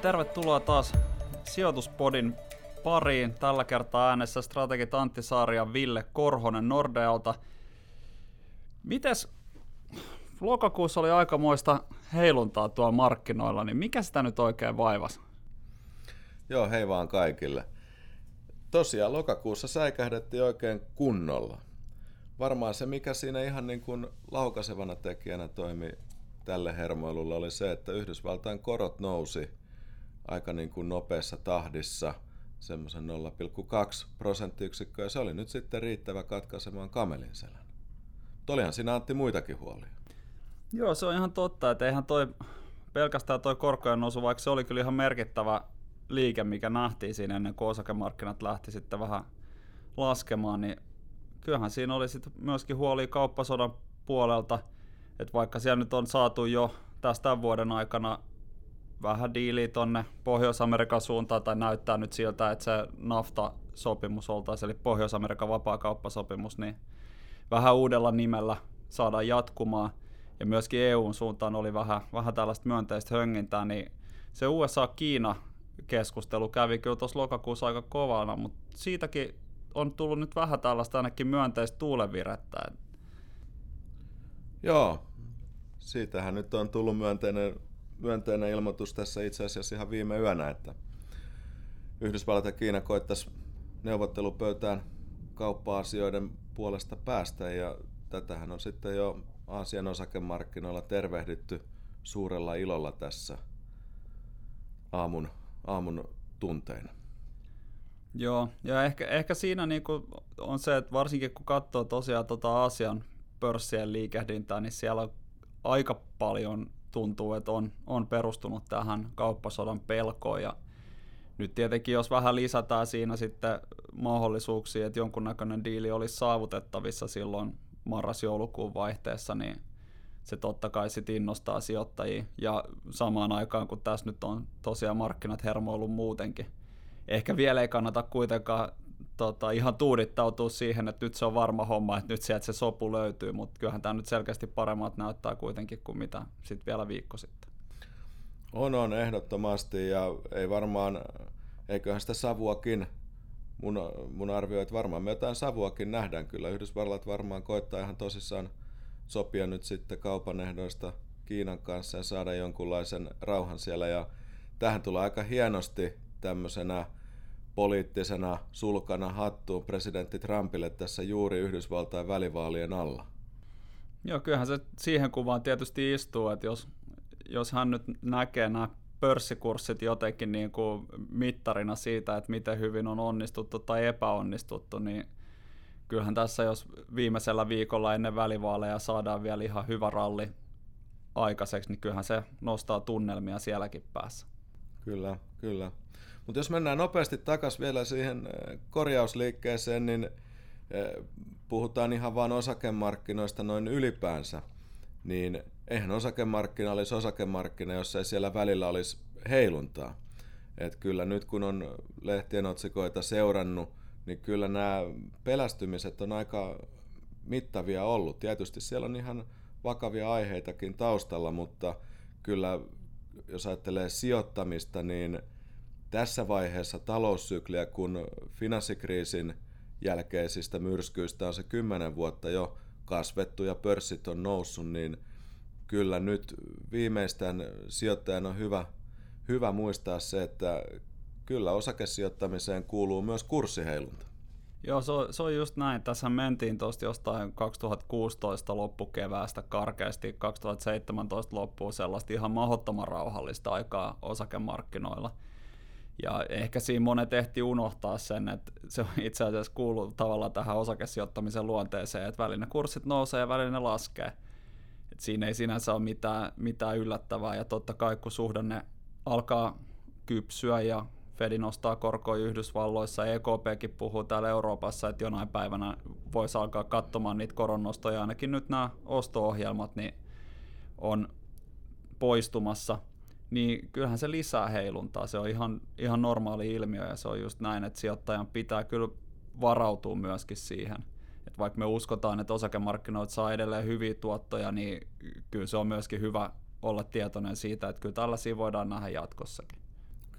Tervetuloa taas Sijoituspodin pariin. Tällä kertaa äänessä strategit Antti Saari ja Ville Korhonen Nordealta. Mites lokakuussa oli aikamoista heiluntaa tuolla markkinoilla, niin mikä sitä nyt oikein vaivasi? Joo, hei vaan kaikille. Tosiaan lokakuussa säikähdettiin oikein kunnolla. Varmaan se, mikä siinä ihan niin kuin laukaisevana tekijänä toimi tälle hermoilulle, oli se, että Yhdysvaltain korot nousi aika niin kuin nopeassa tahdissa, semmoisen 0,2 prosenttiyksikköä, ja se oli nyt sitten riittävä katkaisemaan kamelin selän. Mutta olihan siinä, Antti, muitakin huolia. Joo, se on ihan totta, että eihän pelkästään toi korkojen nousu, vaikka se oli kyllä ihan merkittävä liike, mikä nähtiin siinä ennen kuin osakemarkkinat lähti sitten vähän laskemaan, niin kyllähän siinä oli sitten myöskin huolia kauppasodan puolelta, että vaikka siellä nyt on saatu jo tämän vuoden aikana vähän diiliä tonne Pohjois-Amerikan suuntaan, tai näyttää nyt siltä, että se NAFTA-sopimus oltaisiin, eli Pohjois-Amerikan vapaakauppasopimus, niin vähän uudella nimellä saadaan jatkumaan, ja myöskin EUn suuntaan oli vähän tällaista myönteistä höngintää, niin se USA-Kiina-keskustelu kävi kyllä tuossa lokakuussa aika kovana, mutta siitäkin on tullut nyt vähän tällaista ainakin myönteistä tuulenvirettä. Joo, siitähän nyt on tullut myönteinen ilmoitus tässä itse asiassa ihan viime yönä, että Yhdysvallat ja Kiina koittaisi neuvottelupöytään kauppa-asioiden puolesta päästä, ja tätähän on sitten jo Aasian osakemarkkinoilla tervehditty suurella ilolla tässä aamun tunteina. Joo, ja ehkä siinä niinku on se, että varsinkin kun katsoo tosiaan Aasian pörssien liikehdintää, niin siellä aika paljon tuntuu, että on perustunut tähän kauppasodan pelkoon, ja nyt tietenkin jos vähän lisätään siinä sitten mahdollisuuksia, että jonkunnäköinen diili olisi saavutettavissa silloin marras-joulukuun vaihteessa, niin se totta kai sitten innostaa sijoittajia, ja samaan aikaan kun tässä nyt on tosiaan markkinat hermoillut muutenkin. Ehkä vielä ei kannata kuitenkaan ihan tuudittautua siihen, että nyt se on varma homma, että nyt sieltä se sopu löytyy, mutta kyllähän tämä nyt selkeästi paremmat näyttää kuitenkin kuin mitä sitten vielä viikko sitten. On ehdottomasti, ja ei varmaan, eiköhän sitä savuakin, mun arvio, että varmaan me jotain savuakin nähdään kyllä. Yhdysvallat varmaan koittaa ihan tosissaan sopia nyt sitten kaupan ehdoista Kiinan kanssa ja saada jonkunlaisen rauhan siellä, ja tähän tulee aika hienosti tämmöisenä poliittisena sulkana hattuun presidentti Trumpille tässä juuri Yhdysvaltain välivaalien alla. Joo, kyllähän se siihen kuvaan tietysti istuu, että jos hän nyt näkee nämä pörssikurssit jotenkin niin kuin mittarina siitä, että miten hyvin on onnistuttu tai epäonnistuttu, niin kyllähän tässä, jos viimeisellä viikolla ennen välivaaleja saadaan vielä ihan hyvä ralli aikaiseksi, niin kyllähän se nostaa tunnelmia sielläkin päässä. Kyllä. Mutta jos mennään nopeasti takaisin vielä siihen korjausliikkeeseen, niin puhutaan ihan vain osakemarkkinoista noin ylipäänsä, niin eihän osakemarkkina olisi osakemarkkina, jos ei siellä välillä olisi heiluntaa. Et kyllä nyt kun on lehtien otsikoita seurannut, niin kyllä nämä pelästymiset on aika mittavia ollut. Tietysti siellä on ihan vakavia aiheitakin taustalla, mutta kyllä jos ajattelee sijoittamista, niin tässä vaiheessa taloussykliä, kun finanssikriisin jälkeisistä myrskyistä on se 10 vuotta jo kasvettu ja pörssit on noussut, niin kyllä nyt viimeistään sijoittajan on hyvä muistaa se, että kyllä osakesijoittamiseen kuuluu myös kurssiheilunta. Joo, se on just näin. Tässä mentiin tuosta jostain 2016 loppukeväästä karkeasti 2017 loppuun sellaista ihan mahdottoman rauhallista aikaa osakemarkkinoilla. Ja ehkä siinä monet ehti unohtaa sen, että se itse asiassa kuuluu tavallaan tähän osakesijoittamisen luonteeseen, että välillä ne kurssit nousee ja välillä ne laskee. Et siinä ei sinänsä ole mitään yllättävää, ja totta kai kun suhdanne alkaa kypsyä ja Fed nostaa korkoja Yhdysvalloissa, EKPkin puhuu täällä Euroopassa, että jonain päivänä voisi alkaa katsomaan niitä koronnostoja, ainakin nyt nämä osto-ohjelmat niin on poistumassa, niin kyllähän se lisää heiluntaa. Se on ihan normaali ilmiö, ja se on just näin, että sijoittajan pitää kyllä varautua myöskin siihen. Että vaikka me uskotaan, että osakemarkkinoita saa edelleen hyviä tuottoja, niin kyllä se on myöskin hyvä olla tietoinen siitä, että kyllä tällaisia voidaan nähdä jatkossakin.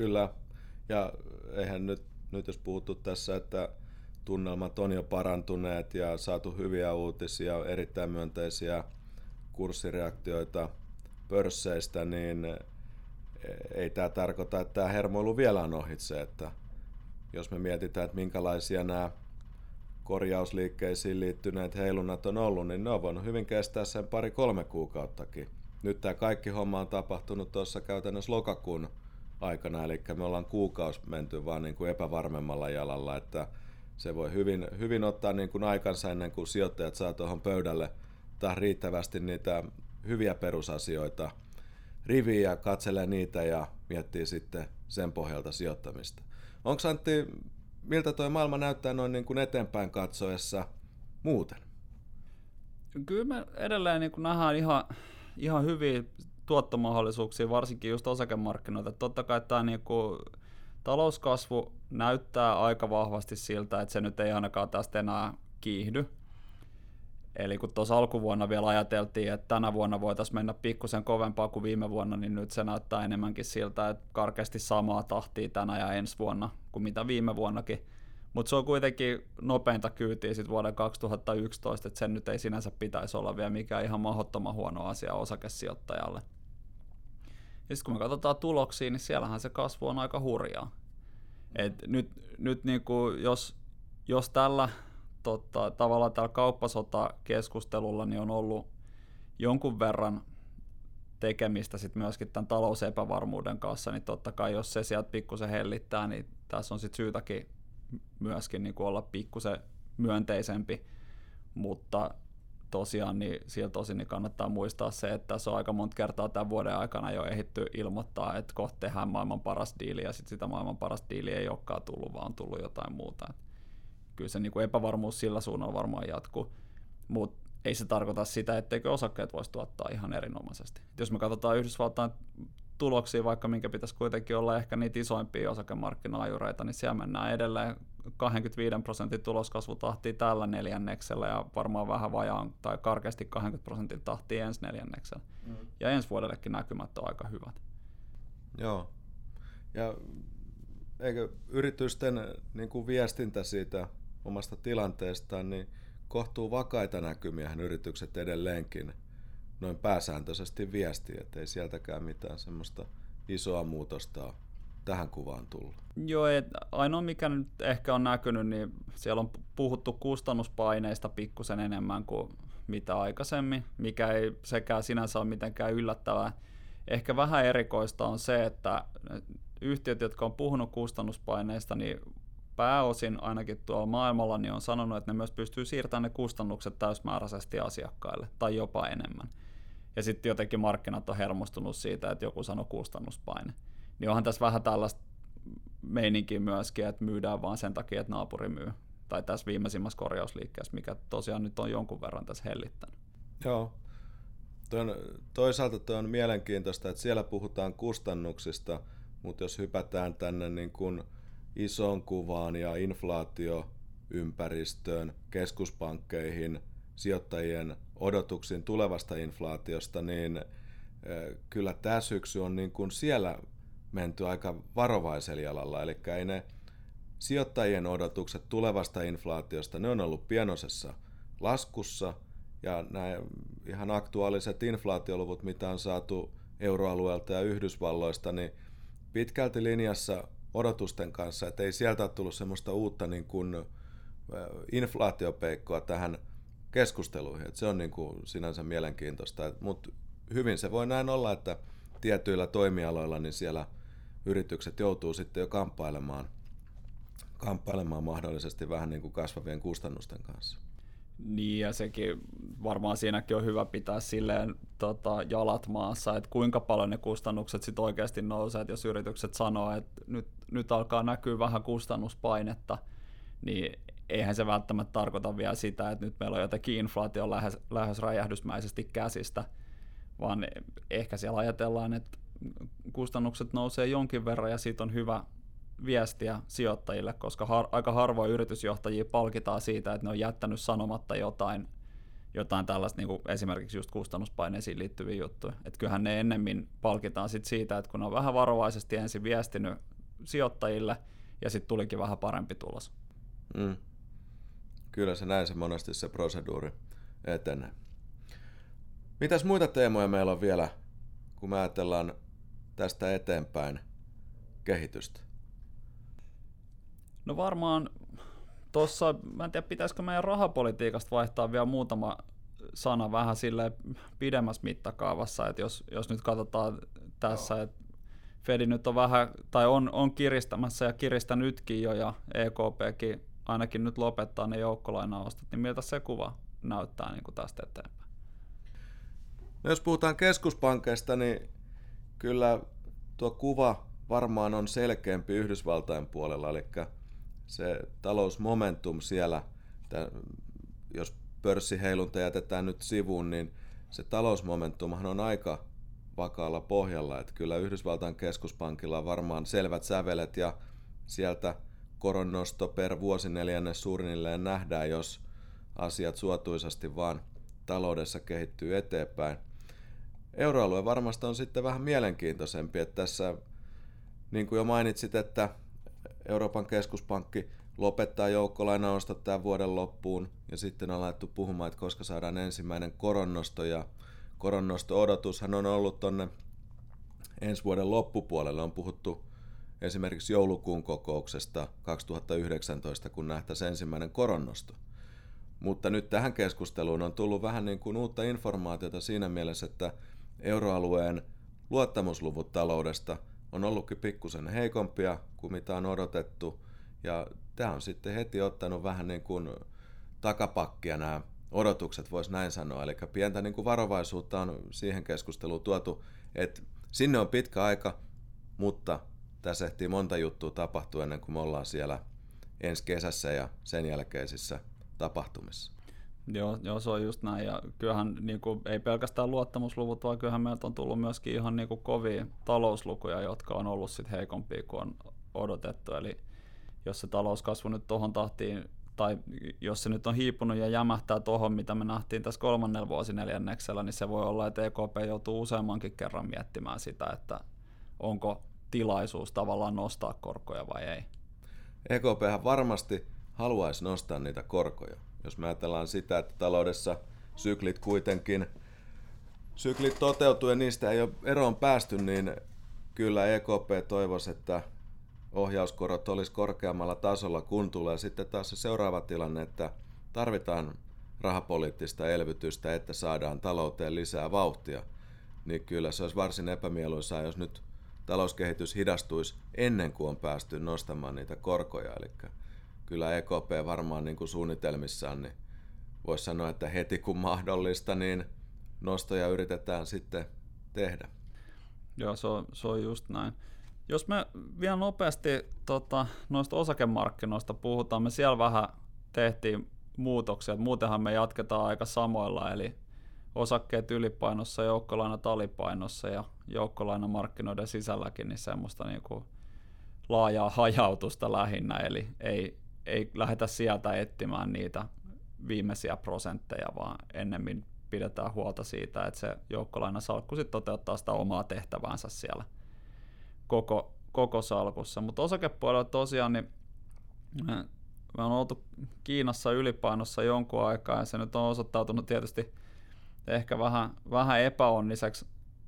Kyllä, ja eihän nyt jos puhuttu tässä, että tunnelmat on jo parantuneet ja saatu hyviä uutisia, erittäin myönteisiä kurssireaktioita pörsseistä, niin ei tämä tarkoita, että tämä hermoilu vielä on ohitse. Että jos me mietitään, että minkälaisia nämä korjausliikkeisiin liittyneet heilunat on ollut, niin ne on voinut hyvin kestää sen 2-3 kuukauttakin. Nyt tämä kaikki homma on tapahtunut tuossa käytännössä lokakuun aikana, eli me ollaan kuukausi menty vaan niin kuin epävarmemmalla jalalla, että se voi hyvin ottaa niin kuin aikansa ennen kuin sijoittajat saa tuohon pöydälle taas riittävästi niitä hyviä perusasioita riviin ja katselee niitä ja miettii sitten sen pohjalta sijoittamista. Onko Antti, miltä tuo maailma näyttää noin niin kuin eteenpäin katsoessa muuten? Kyllä me edelleen niin kuin nähdään ihan hyviä tuottomahdollisuuksia, varsinkin just osakemarkkinoita. Totta kai tämä niin kuin talouskasvu näyttää aika vahvasti siltä, että se nyt ei ainakaan tästä enää kiihdy. Eli kun tuossa alkuvuonna vielä ajateltiin, että tänä vuonna voitaisiin mennä pikkusen kovempaa kuin viime vuonna, niin nyt se näyttää enemmänkin siltä, että karkeasti samaa tahtia tänä ja ensi vuonna kuin mitä viime vuonnakin. Mutta se on kuitenkin nopeinta kyytiä sitten vuoden 2011, että sen nyt ei sinänsä pitäisi olla vielä mikään ihan mahdottoman huono asia osakesijoittajalle. Ja sitten kun me katsotaan tuloksia, niin siellähän se kasvu on aika hurjaa. Et nyt niinku, jos tällä tavallaan tällä kauppasotakeskustelulla niin on ollut jonkun verran tekemistä sit myöskin tämän talousepävarmuuden kanssa, niin totta kai jos se sieltä pikkusen hellittää, niin tässä on sit syytäkin myöskin niin olla pikkusen myönteisempi, mutta tosiaan niin siltä osin niin kannattaa muistaa se, että tässä on aika monta kertaa tämän vuoden aikana jo ehditty ilmoittaa, että kohta tehdään maailman paras diili ja sitten sitä maailman paras diiliä ei olekaan tullut, vaan on tullut jotain muuta. Kyllä se niin kuin epävarmuus sillä suunnalla varmaan jatkuu, mutta ei se tarkoita sitä, etteikö osakkeet voisi tuottaa ihan erinomaisesti. Et jos me katsotaan Yhdysvaltain tuloksia, vaikka minkä pitäisi kuitenkin olla ehkä niitä isoimpia osakemarkkina-ajureita, niin siellä mennään edelleen 25% tuloskasvutahtia tällä neljänneksellä ja varmaan vähän vajaan tai karkeasti 20% tahtia ensi neljänneksellä. Ja ensi vuodellekin näkymät on aika hyvät. Joo. Ja eikö yritysten niin kuin viestintä siitä omasta tilanteestaan, niin kohtuu vakaita näkymiähän yritykset edelleenkin noin pääsääntöisesti viestii, ettei sieltäkään mitään semmoista isoa muutosta tähän kuvaan tullut. Joo, ainoa mikä nyt ehkä on näkynyt, niin siellä on puhuttu kustannuspaineista pikkusen enemmän kuin mitä aikaisemmin, mikä ei sekään sinänsä ole mitenkään yllättävää. Ehkä vähän erikoista on se, että yhtiöt, jotka on puhunut kustannuspaineista, niin pääosin ainakin tuolla maailmalla niin on sanonut, että ne myös pystyy siirtämään ne kustannukset täysmääräisesti asiakkaille tai jopa enemmän. Ja sitten jotenkin markkinat on hermostunut siitä, että joku sanoo kustannuspaine. Niin onhan tässä vähän tällaista meininkiä myöskin, että myydään vaan sen takia, että naapuri myy. Tai tässä viimeisimmässä korjausliikkeessä, mikä tosiaan nyt on jonkun verran tässä hellittänyt. Joo. Toisaalta tuo on mielenkiintoista, että siellä puhutaan kustannuksista, mutta jos hypätään tänne niin kuin isoon kuvaan ja inflaatioympäristöön, keskuspankkeihin, sijoittajien odotuksiin tulevasta inflaatiosta, niin kyllä tämä syksy on niin kuin siellä menty aika varovaisella jalalla, eli ei ne sijoittajien odotukset tulevasta inflaatiosta, ne on ollut pienoisessa laskussa, ja nämä ihan aktuaaliset inflaatioluvut, mitä on saatu euroalueelta ja Yhdysvalloista, niin pitkälti linjassa odotusten kanssa, että ei sieltä ole tullut semmoista uutta niin kuin inflaatiopeikkoa tähän keskusteluihin, että se on niin kuin sinänsä mielenkiintoista, mutta hyvin se voi näin olla, että tietyillä toimialoilla niin siellä yritykset joutuu sitten jo kamppailemaan mahdollisesti vähän niin kuin kasvavien kustannusten kanssa. Niin, ja sekin varmaan siinäkin on hyvä pitää silleen jalat maassa, että kuinka paljon ne kustannukset sitten oikeasti nousee, että jos yritykset sanoo, että nyt alkaa näkyä vähän kustannuspainetta, niin eihän se välttämättä tarkoita vielä sitä, että nyt meillä on jotenkin inflaatio lähes räjähdysmäisesti käsistä, vaan ehkä siellä ajatellaan, että kustannukset nousee jonkin verran ja siitä on hyvä viestiä sijoittajille, koska aika harvoin yritysjohtajia palkitaan siitä, että ne on jättänyt sanomatta jotain tällaista niin kuin esimerkiksi just kustannuspaineisiin liittyviä juttuja. Että kyllähän ne ennemmin palkitaan siitä, että kun on vähän varovaisesti ensin viestinyt sijoittajille, ja sitten tulikin vähän parempi tulos. Kyllä se näin se monesti se proseduuri etenee. Mitäs muita teemoja meillä on vielä, kun me ajatellaan tästä eteenpäin kehitystä? No varmaan tuossa, mä en tiedä pitäisikö meidän rahapolitiikasta vaihtaa vielä muutama sana vähän silleen pidemmässä mittakaavassa, että jos nyt katsotaan tässä, että Fed nyt on vähän, tai on kiristämässä ja kiristänytkin jo, ja EKPkin ainakin nyt lopettaa ne joukkolainaostot, niin miltä se kuva näyttää niin kuin tästä eteenpäin? No jos puhutaan keskuspankeista, niin kyllä tuo kuva varmaan on selkeämpi Yhdysvaltain puolella, eli se talousmomentum siellä, jos pörssiheilunta jätetään nyt sivuun, niin se talousmomentumhan on aika vakaalla pohjalla, että kyllä Yhdysvaltain keskuspankilla on varmaan selvät sävelet ja sieltä koronnosto per vuosineljännes suunnilleen nähdään, jos asiat suotuisasti vaan taloudessa kehittyy eteenpäin. Euroalue varmasti on sitten vähän mielenkiintoisempi, että tässä niin kuin jo mainitsit, että Euroopan keskuspankki lopettaa joukkolainaostot tämän vuoden loppuun ja sitten on alettu puhumaan, että koska saadaan ensimmäinen koronnosto ja koronnosto-odotushan on ollut tonne ensi vuoden loppupuolelle. On puhuttu esimerkiksi joulukuun kokouksesta 2019, kun nähtäisiin ensimmäinen koronnosto. Mutta nyt tähän keskusteluun on tullut vähän niin kuin uutta informaatiota siinä mielessä, että euroalueen luottamusluvut taloudesta on ollutkin pikkusen heikompia kuin mitä on odotettu. Ja tämä on sitten heti ottanut vähän niin kuin takapakkia nämä odotukset, voisi näin sanoa. Eli pientä niin kuin varovaisuutta on siihen keskusteluun tuotu, että sinne on pitkä aika, mutta tässä ehtii monta juttua tapahtua ennen kuin me ollaan siellä ensi kesässä ja sen jälkeisissä tapahtumissa. Joo, se on just näin. Ja kyllähän niin kuin, ei pelkästään luottamusluvut, vaan kyllähän meiltä on tullut myöskin ihan niin kuin kovia talouslukuja, jotka on ollut sit heikompia kuin on odotettu. Eli jos se talouskasvu nyt tuohon tahtiin, tai jos se nyt on hiipunut ja jämähtää tuohon, mitä me nähtiin tässä 3. vuosineljänneksellä, niin se voi olla, että EKP joutuu useammankin kerran miettimään sitä, että onko tilaisuus tavallaan nostaa korkoja vai ei. EKPhän varmasti haluaisi nostaa niitä korkoja. Jos me ajatellaan sitä, että taloudessa syklit toteutuu ja niistä ei ole eroon päästy, niin kyllä EKP toivoisi, että ohjauskorot olisi korkeammalla tasolla, kun tulee sitten taas se seuraava tilanne, että tarvitaan rahapoliittista elvytystä, että saadaan talouteen lisää vauhtia, niin kyllä se olisi varsin epämieluisaa, jos nyt talouskehitys hidastuisi ennen kuin on päästy nostamaan niitä korkoja. Eli kyllä EKP varmaan niin kuin suunnitelmissaan, niin voisi sanoa, että heti kun mahdollista, niin nostoja yritetään sitten tehdä. Joo, se on just näin. Jos me vielä nopeasti noista osakemarkkinoista puhutaan, me siellä vähän tehtiin muutoksia, muutenhan me jatketaan aika samoilla, eli osakkeet ylipainossa, joukkolainat alipainossa ja joukkolainamarkkinoiden sisälläkin niin semmoista niinku laajaa hajautusta lähinnä, eli ei lähdetä sieltä etsimään niitä viimeisiä prosentteja, vaan ennemmin pidetään huolta siitä, että se joukkolainasalkku sitten toteuttaa sitä omaa tehtäväänsä siellä koko salkussa. Mutta osakepuolella tosiaan niin me on oltu Kiinassa ylipainossa jonkun aikaa, ja se nyt on osoittautunut tietysti ehkä vähän epäonniseksi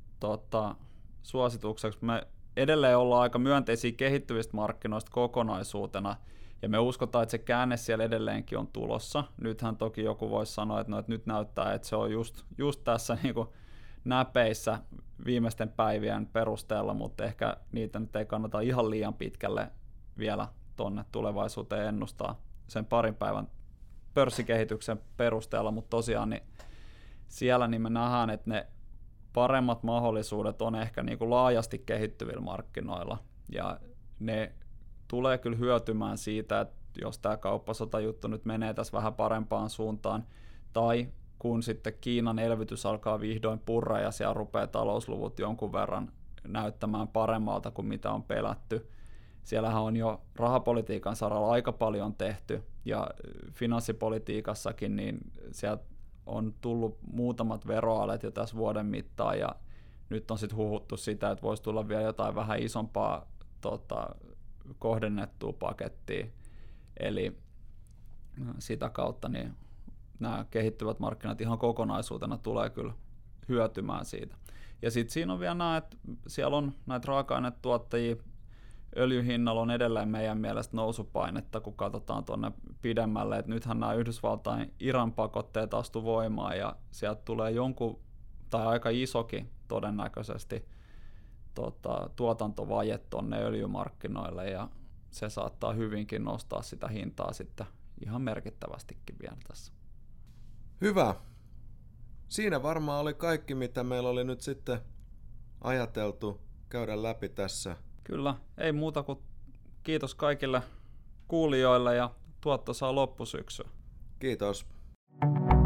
suositukseksi. Me edelleen ollaan aika myönteisiä kehittyvistä markkinoista kokonaisuutena, ja me uskotaan, että se käänne siellä edelleenkin on tulossa. Nythän toki joku voisi sanoa, että nyt näyttää, että se on just tässä niin kuin näpeissä viimeisten päivien perusteella, mutta ehkä niitä nyt ei kannata ihan liian pitkälle vielä tuonne tulevaisuuteen ennustaa sen parin päivän pörssikehityksen perusteella, mutta tosiaan niin siellä niin me nähdään, että ne paremmat mahdollisuudet on ehkä niin kuin laajasti kehittyvillä markkinoilla, ja ne tulee kyllä hyötymään siitä, että jos tämä kauppasotajuttu nyt menee tässä vähän parempaan suuntaan, tai kun sitten Kiinan elvytys alkaa vihdoin purra ja siellä rupeaa talousluvut jonkun verran näyttämään paremmalta kuin mitä on pelätty. Siellähän on jo rahapolitiikan saralla aika paljon tehty, ja finanssipolitiikassakin niin sieltä on tullut muutamat veroalet jo tässä vuoden mittaan, ja nyt on sitten huhuttu sitä, että voisi tulla vielä jotain vähän isompaa kohdennettua pakettia. Eli sitä kautta niin nämä kehittyvät markkinat ihan kokonaisuutena tulee kyllä hyötymään siitä. Ja sitten siinä on vielä nämä, että siellä on näitä raaka-ainetuottajia, öljyhinnalla on edelleen meidän mielestä nousupainetta, kun katsotaan tuonne pidemmälle, että nythän nämä Yhdysvaltain Iran pakotteet astu voimaan ja sieltä tulee jonkun tai aika isokin todennäköisesti tuotantovaje tuonne öljymarkkinoille ja se saattaa hyvinkin nostaa sitä hintaa sitten ihan merkittävästikin vielä tässä. Hyvä. Siinä varmaan oli kaikki, mitä meillä oli nyt sitten ajateltu käydä läpi tässä. Kyllä, ei muuta kuin kiitos kaikille kuulijoille ja tuottoisaa loppusyksyä. Kiitos.